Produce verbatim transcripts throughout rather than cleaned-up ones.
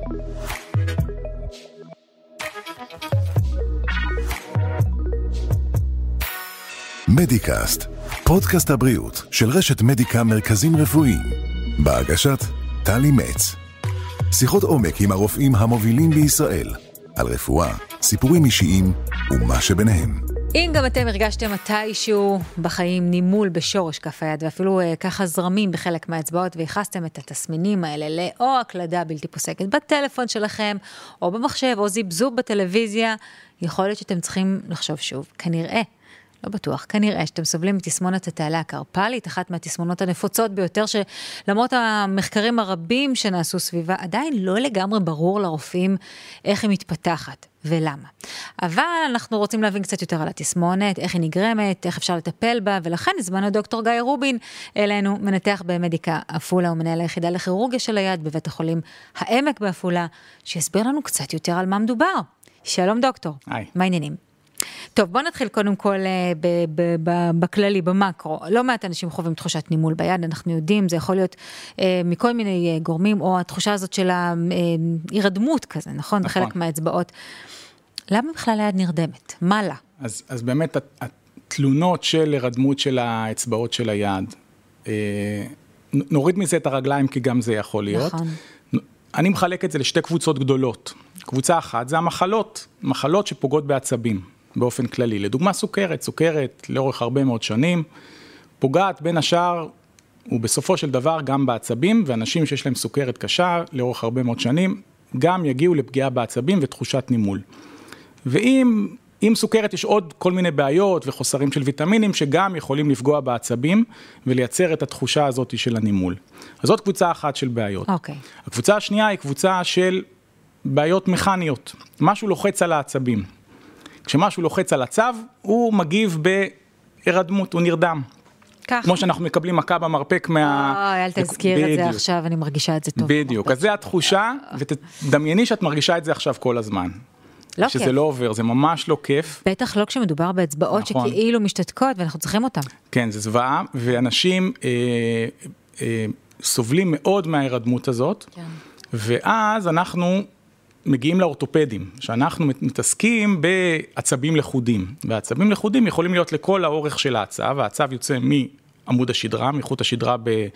מדיקאסט, פודקאסט הבריאות של רשת מדיקה מרכזים רפואיים, בהגשת טלי מצ. שיחות עומק עם הרופאים המובילים בישראל, על רפואה, סיפורים אישיים ומה שביניהם. אם גם אתם הרגשתם מתישהו בחיים נימול בשורש כף היד, ואפילו אה, ככה זרמים בחלק מהאצבעות, והכנסתם את התסמינים האלה לאו הקלדה בלתי פוסקת בטלפון שלכם, או במחשב, או זיבזוב בטלוויזיה, יכול להיות שאתם צריכים לחשוב שוב. כנראה, לא בטוח, כנראה שאתם סובלים מתסמונת התעלה הקרפלית, אחת מהתסמונות הנפוצות ביותר, שלמרות המחקרים הרבים שנעשו סביבה, עדיין לא לגמרי ברור לרופאים איך היא מתפתחת ולמה. אבל אנחנו רוצים להבין קצת יותר על התסמונת, איך היא נגרמת, איך אפשר לטפל בה, ולכן הזמנו דוקטור גיא רובין אלינו, מנתח במדיקה אפולה, ומנהל היחידה לכירורגיה של היד בבית החולים העמק באפולה, שיסביר לנו קצת יותר על מה מדובר. שלום דוקטור. היי. מה העניינים? טוב, בוא נתחיל קודם כל ב- ב- ב- בכללי, במקרו. לא מעט אנשים חווים תחושת נימול ביד, אנחנו יודעים, זה יכול להיות אה, מכל מיני אה, גורמים, או התחושה הזאת של ההירדמות כזה, נכון? נכון. בחלק מהאצבעות. למה בכלל היד נרדמת? מה לה? אז, אז באמת התלונות של הרדמות של האצבעות של היד, אה, נוריד מזה את הרגליים, כי גם זה יכול להיות. נכון. אני מחלק את זה לשתי קבוצות גדולות. קבוצה אחת זה המחלות, מחלות שפוגעות בעצבים. באופן כללי. לדוגמה סוכרת, סוכרת לאורך הרבה מאוד שנים, פוגעת בין השאר ובסופו של דבר גם בעצבים, ואנשים שיש להם סוכרת קשה לאורך הרבה מאוד שנים, גם יגיעו לפגיעה בעצבים ותחושת נימול. ואם עם סוכרת יש עוד כל מיני בעיות וחוסרים של ויטמינים, שגם יכולים לפגוע בעצבים, ולייצר את התחושה הזאת של הנימול. אז זאת קבוצה אחת של בעיות. אוקיי. הקבוצה השנייה היא קבוצה של בעיות מכניות. משהו לוחץ על העצבים. כשמשהו לוחץ על הצו, הוא מגיב בהירדמות, הוא נרדם. ככה. כמו שאנחנו מקבלים מכה במרפק מה... אוי, אל תזכיר את זה עכשיו, אני מרגישה את זה טוב. בדיוק, אז זה התחושה, ותדמייני שאת מרגישה את זה עכשיו כל הזמן. לא כיף. שזה לא עובר, זה ממש לא כיף. בטח לא כשמדובר באצבעות שכאילו משתתקות, ואנחנו צריכים אותם. כן, זה זוועה, ואנשים אה, אה, סובלים מאוד מההירדמות הזאת, כן. ואז אנחנו... מגיעים לאורתופדים, שאנחנו מתעסקים בעצבים לחודים, והעצבים לחודים יכולים להיות לכל האורך של העצב, והעצב יוצא מעמוד השדרה, מחוט השדרה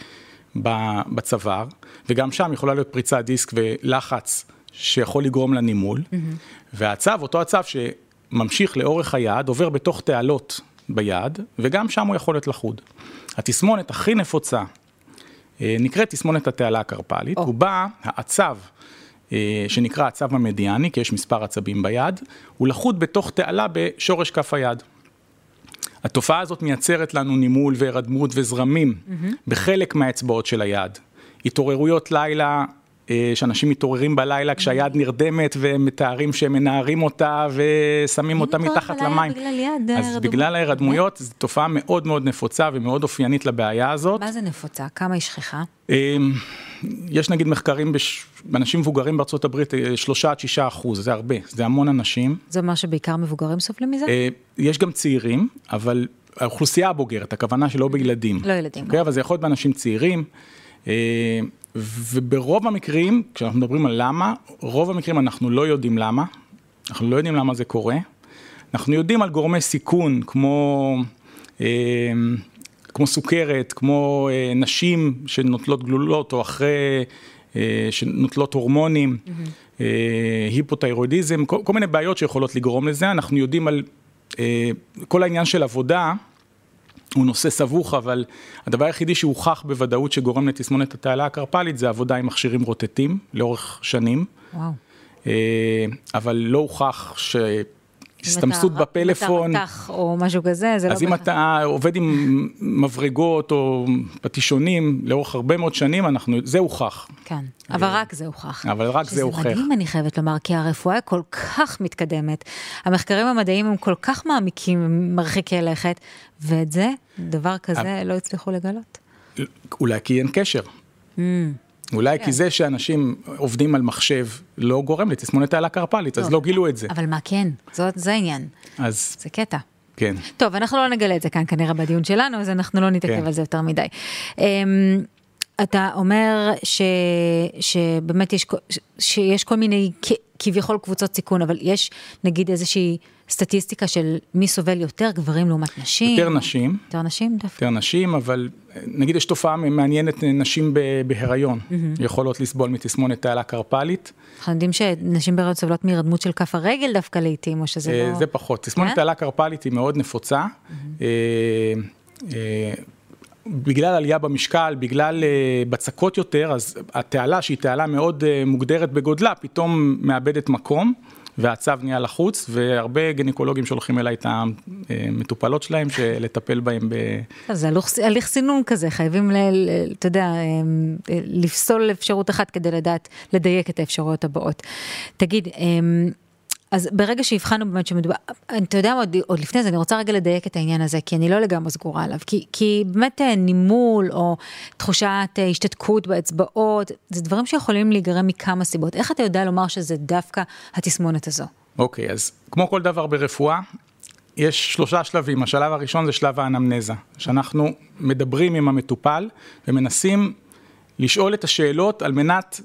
בצוואר, וגם שם יכולה להיות פריצת דיסק ולחץ שיכול לגרום לנימול, mm-hmm. והעצב, אותו עצב שממשיך לאורך היד, עובר בתוך תעלות ביד, וגם שם הוא יכול להיות לחוד. התסמונת הכי נפוצה, נקראת תסמונת התעלה הקרפלית, oh. ובה העצב, שנקרא עצב המדיאני, כי יש מספר עצבים ביד, הוא לחוד בתוך תעלה בשורש כף היד. התופעה הזאת מייצרת לנו נימול והירדמות וזרמים mm-hmm. בחלק מהאצבעות של היד. התעוררויות לילה, שאנשים מתעוררים בלילה כשהיד נרדמת ומתארים שהם מנערים אותה ושמים אותה מתחת למים. אז בגלל ההירדמויות, זו תופעה מאוד מאוד נפוצה ומאוד אופיינית לבעיה הזאת. מה זה נפוצה? כמה היא שכיחה? יש נגיד מחקרים באנשים מבוגרים בארצות הברית, שלושה עד שישה אחוז, זה הרבה, זה המון אנשים. זה אומר שבעיקר מבוגרים סובלים מזה? יש גם צעירים, אבל האוכלוסייה הבוגרת, הכוונה שלא בילדים. לא ילדים. אבל זה יכול להיות באנשים צעירים, וברוב המקרים, כשאנחנו מדברים על למה, רוב המקרים אנחנו לא יודעים למה, אנחנו לא יודעים למה זה קורה, אנחנו יודעים על גורמי סיכון, כמו, כמו סוכרת, כמו נשים שנוטלות גלולות, או אחרי שנוטלות הורמונים, mm-hmm. היפותיירוידיזם, כל, כל מיני בעיות שיכולות לגרום לזה, אנחנו יודעים על כל העניין של עבודה, הוא נושא סבוך, אבל הדבר היחידי שהוכח בוודאות שגורם לתסמונת התעלה הקרפלית, זה עבודה עם מכשירים רוטטים, לאורך שנים. וואו. אבל לא הוכח שהסתמסות בפלאפון. אם אתה רתח או משהו כזה, זה לא... אז אם אתה עובד עם מברגות או פטישונים, לאורך הרבה מאוד שנים, אנחנו, זה הוכח. כן, אבל רק זה הוכח. אבל רק זה הוכח. שזה מדהים, אני חייבת לומר, כי הרפואה כל כך מתקדמת, המחקרים המדעיים הם כל כך מעמיקים, מרחיקי לכת, ואת זה, דבר כזה, לא הצליחו לגלות. אולי כי אין קשר. אולי כי זה שאנשים עובדים על מחשב לא גורם לתסמונת התעלה הקרפלית, אז לא גילו את זה. אבל מה כן? זה העניין. זה קטע. כן. טוב, אנחנו לא נגלה את זה כאן כנראה בדיון שלנו, אז אנחנו לא נתעכב על זה יותר מדי. אתה אומר ש, שבאמת יש, שיש כל מיני כביכול קבוצות סיכון, אבל יש נגיד איזושהי סטטיסטיקה של מי סובל יותר, גברים לעומת נשים? יותר נשים. יותר נשים דווקא. יותר נשים, אבל נגיד יש תופעה מעניינת, נשים בהיריון, mm-hmm. יכולות לסבול מתסמונת תעלה קרפלית. אנחנו יודעים שנשים בהיריון סובלות מהירדמות של כף הרגל דווקא לעתים, או שזה לא... זה פחות. תסמונת תעלה קרפלית היא מאוד נפוצה. Mm-hmm. בגלל עלייה במשקל, בגלל בצקות יותר, אז התעלה שהיא תעלה מאוד מוגדרת בגודלה, פתאום מאבדת מקום, והצב נהיה לחוץ, והרבה גניקולוגים שהולכים אליי את המטופלות שלהם, לטפל בהם ב... זה הליך סינון כזה, חייבים, אתה יודע, לפסול אפשרות אחת כדי לדעת, לדייק את האפשרויות הבאות. תגיד, אז ברגע שהבחנו באמת שמדובר, אתה יודע, עוד, עוד לפני זה, אני רוצה רגע לדייק את העניין הזה, כי אני לא לגמרי סגורה עליו, כי, כי באמת נימול או תחושת השתתקות באצבעות, זה דברים שיכולים להיגרם מכמה סיבות. איך אתה יודע לומר שזה דווקא התסמונת הזו? אוקיי, אז כמו כל דבר ברפואה, יש שלושה שלבים. השלב הראשון זה שלב האנמנזה, שאנחנו מדברים עם המטופל ומנסים לשאול את השאלות על מנת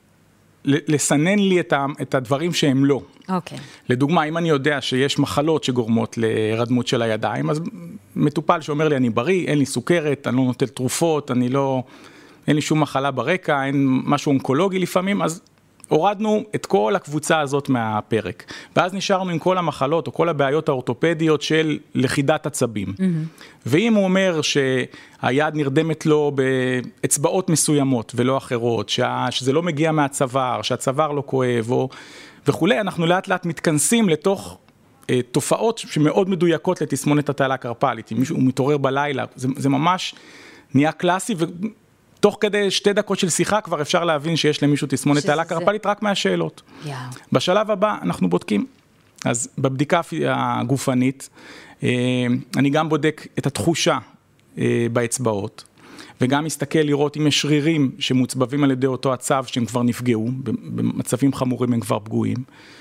לסנן לי את הדברים שהם לא. אוקיי. לדוגמה, אם אני יודע שיש מחלות שגורמות להירדמות של הידיים, אז מטופל שאומר לי, אני בריא, אין לי סוכרת, אני לא נוטל תרופות, אני לא, אין לי שום מחלה ברקע, אין משהו אונקולוגי לפעמים, אז הורדנו את כל הקבוצה הזאת מהפרק. ואז נשארנו עם כל המחלות או כל הבעיות האורתופדיות של לכידת עצבים. Mm-hmm. ואם הוא אומר שהיד נרדמת לו באצבעות מסוימות ולא אחרות, שזה לא מגיע מהצוואר, שהצוואר לא כואב או... וכולי, אנחנו לאט לאט מתכנסים לתוך אה, תופעות שמאוד מדויקות לתסמונת התעלה הקרפלית. אם מישהו מתעורר בלילה, זה, זה ממש נהיה קלאסי, ותוך כדי שתי דקות של שיחה כבר אפשר להבין שיש למישהו תסמונת תעלה קרפלית רק מהשאלות. Yeah. בשלב הבא אנחנו בודקים. אז בבדיקה הגופנית, אה, אני גם בודק את התחושה אה, באצבעות, וגם מסתכל לראות אם יש שרירים שמוצבבים על ידי אותו הצב שהם כבר נפגעו, במצבים חמורים הם כבר פגועים.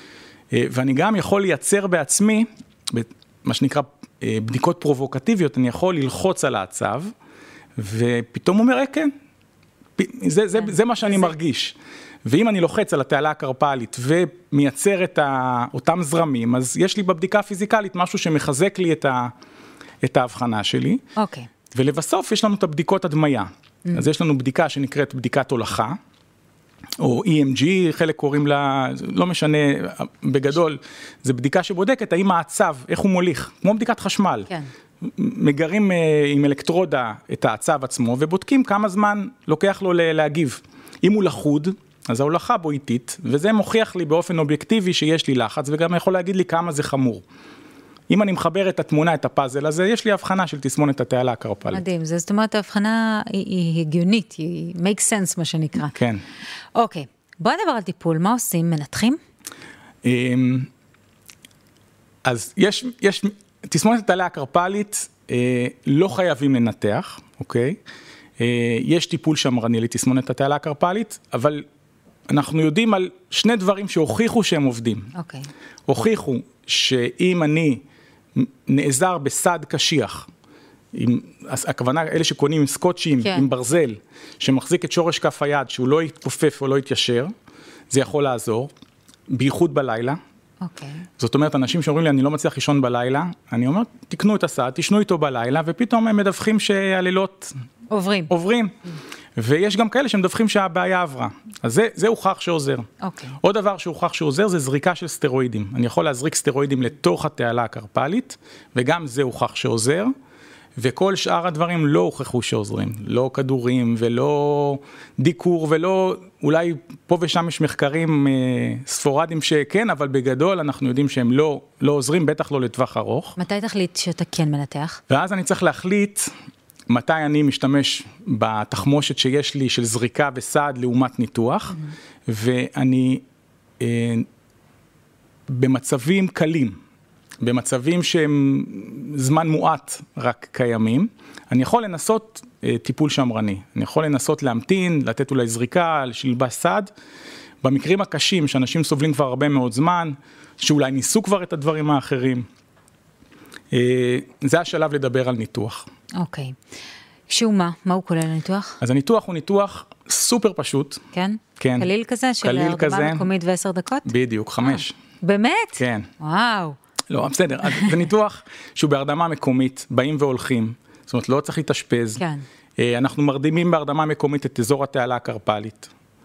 ואני גם יכול לייצר בעצמי, מה שנקרא בדיקות פרובוקטיביות, אני יכול ללחוץ על הצב, ופתאום הוא אומר, אה, כן, זה, זה, זה מה שאני מרגיש. ואם אני לוחץ על התעלה הקרפלית ומייצר את אותם זרמים, אז יש לי בבדיקה הפיזיקלית משהו שמחזק לי את, ה, את ההבחנה שלי. אוקיי. ולבסוף יש לנו את הבדיקות הדמיה. Mm. אז יש לנו בדיקה שנקראת בדיקת הולכה, או אי אם ג'י, חלק קוראים לה, לא משנה, בגדול, זה בדיקה שבודקת האם העצב, איך הוא מוליך, כמו בדיקת חשמל. כן. מגרים עם אלקטרודה את העצב עצמו, ובודקים כמה זמן לוקח לו להגיב. אם הוא לחוד, אז ההולכה בו איטית, וזה מוכיח לי באופן אובייקטיבי שיש לי לחץ, וגם יכול להגיד לי כמה זה חמור. אם אני מחבר את התמונה, את הפאזל הזה, יש לי הבחנה של תסמונת התעלה הקרפלית. מדהים, זאת אומרת, ההבחנה היא, היא הגיונית, היא make sense מה שנקרא. כן. אוקיי, בוא נדבר על טיפול, מה עושים? מנתחים? אז יש, יש, תסמונת התעלה הקרפלית, לא חייבים לנתח, אוקיי? יש טיפול שמרני לתסמונת התעלה הקרפלית, אבל אנחנו יודעים על שני דברים שהוכיחו שהם עובדים. אוקיי. הוכיחו שאם אני נעזר בסד קשיח, עם, הכוונה אלה שקונים עם סקוטשים, כן. עם ברזל, שמחזיק את שורש כף היד, שהוא לא יתכופף או לא יתיישר, זה יכול לעזור, בייחוד בלילה. אוקיי. זאת אומרת, אנשים שאומרים לי, אני לא מצליח לישון בלילה, אני אומר, תקנו את הסד, תשנו איתו בלילה, ופתאום הם מדווחים שהלילות עוברים. עוברים. Mm. ויש גם כאלה שמדווחים שהבעיה עברה. אז זה, זה הוכח שעוזר. אוקיי. עוד דבר שהוכח שעוזר זה זריקה של סטרואידים. אני יכול להזריק סטרואידים לתוך התעלה הקרפלית, וגם זה הוכח שעוזר, וכל שאר הדברים לא הוכחו שעוזרים. לא כדורים ולא דיקור ולא, אולי פה ושם יש מחקרים אה, ספורדיים שכן, אבל בגדול אנחנו יודעים שהם לא, לא עוזרים, בטח לא לטווח ארוך. מתי תחליט שאתה כן מנתח? ואז אני צריך להחליט מתי אני משתמש בתחמושת שיש לי של זריקה וסעד לעומת ניתוח, mm-hmm. ואני אה, במצבים קלים, במצבים שהם זמן מועט רק קיימים, אני יכול לנסות אה, טיפול שמרני, אני יכול לנסות להמתין, לתת אולי זריקה, לשלבש סעד, במקרים הקשים שאנשים סובלים כבר הרבה מאוד זמן, שאולי ניסו כבר את הדברים האחרים, אה, זה השלב לדבר על ניתוח. אוקיי. שהוא מה? מה הוא כולל הניתוח? אז הניתוח הוא ניתוח סופר פשוט. כן? כן. קליל כזה של הרדמה מקומית ועשר דקות? בדיוק, חמש. באמת? כן. וואו. לא, בסדר, זה ניתוח שהוא בהרדמה מקומית, באים והולכים, זאת אומרת, לא צריך להתאשפז. כן. אנחנו מרדימים בהרדמה מקומית את אזור התעלה הקרפלית.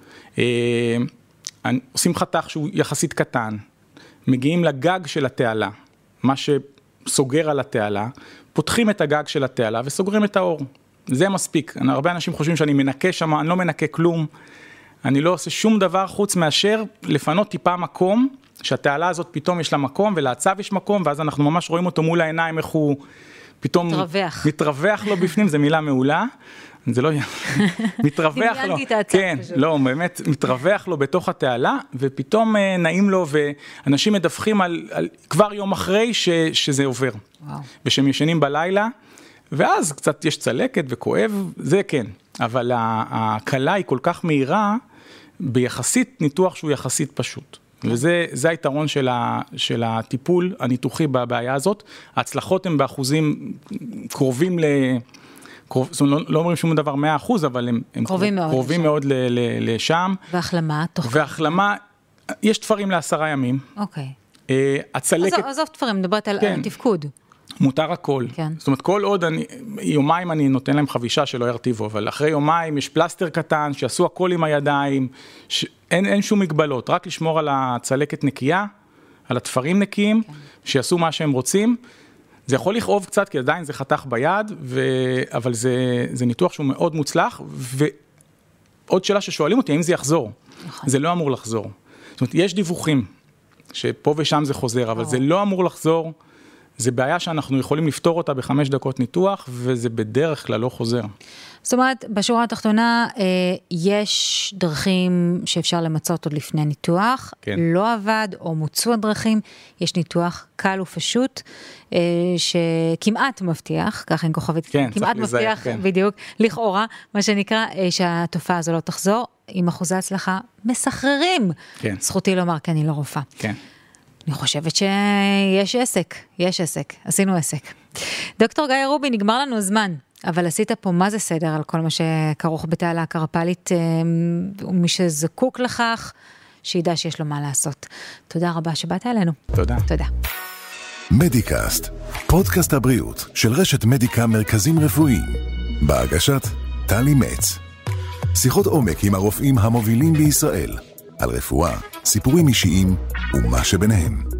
עושים חתך שהוא יחסית קטן, מגיעים לגג של התעלה, מה שסוגר על התעלה, פותחים את הגג של התעלה וסוגרים את האור. זה מספיק. הרבה אנשים חושבים שאני מנקה שם, אני לא מנקה כלום. אני לא עושה שום דבר חוץ מאשר לפנות טיפה מקום, שהתעלה הזאת פתאום יש לה מקום, ולעצב יש מקום, ואז אנחנו ממש רואים אותו מול העיניים, איך הוא פתאום מתרווח. מתרווח לו בפנים, זה מילה מעולה. זה לא מתרווח לו. כן, לא, באמת מתרווח לו בתוך התעלה, ופתאום נעים לו, ואנשים מדווחים על, על כבר יום אחרי ש, שזה עובר. וואו. ושהם ישנים בלילה, ואז קצת יש צלקת וכואב, זה כן. אבל ההקלה היא כל כך מהירה, ביחסית ניתוח שהוא יחסית פשוט. וזה זה היתרון של, ה, של הטיפול הניתוחי בבעיה הזאת. ההצלחות הן באחוזים קרובים ל... קרוב, זאת אומרת, לא, לא אומרים שום דבר מאה אחוז, אבל הם, הם קרובים מאוד, קרובים מאוד ל, ל, לשם. והחלמה, תוך... והחלמה, יש תפרים לעשרה ימים. אוקיי. אה, הצלקת... עזוב, עזוב תפרים, מדברת על, כן. על תפקוד. מותר הכל. כן. זאת אומרת, כל עוד אני, יומיים אני נותן להם חבישה שלא ירטיבו, אבל אחרי יומיים יש פלסטר קטן, שעשו הכל עם הידיים, ש... אין, אין שום מגבלות, רק לשמור על הצלקת נקייה, על התפרים נקיים, כן. שיעשו מה שהם רוצים. זה יכול לכאוב קצת, כי עדיין זה חתך ביד, ו... אבל זה, זה ניתוח שהוא מאוד מוצלח, ועוד שאלה ששואלים אותי, האם זה יחזור? נכון. זה לא אמור לחזור. זאת אומרת, יש דיווחים, שפה ושם זה חוזר, אבל זה לא אמור לחזור, זה בעיה שאנחנו יכולים לפתור אותה בחמש דקות ניתוח, וזה בדרך כלל לא חוזר. זאת אומרת, בשורה התחתונה, יש דרכים שאפשר למצות עוד לפני ניתוח, כן. לא עבד או מוצאו הדרכים, יש ניתוח קל ופשוט, שכמעט מבטיח, ככה עם כוכבית, כן, כמעט מבטיח, כן. בדיוק, לכאורה, מה שנקרא, שהתופעה הזו לא תחזור, עם אחוזי הצלחה מסחררים. כן. זכותי לומר, כי אני לא רופאה. כן. אני חושבת שיש עסק, יש עסק, עשינו עסק. דוקטור גיא רובין, נגמר לנו זמן, אבל עשית פה מה זה סדר על כל מה שכרוך בתעלה הקרפלית, ומי שזקוק לכך, שידע שיש לו מה לעשות. תודה רבה שבאת אלינו. תודה. תודה. מדיקאסט, פודקאסט הבריאות של רשת מדיקה מרכזים רפואיים, בהגשת טלי מצ. שיחות עומק עם הרופאים המובילים בישראל, על רפואה, סיפורים אישיים ומה שביניהם.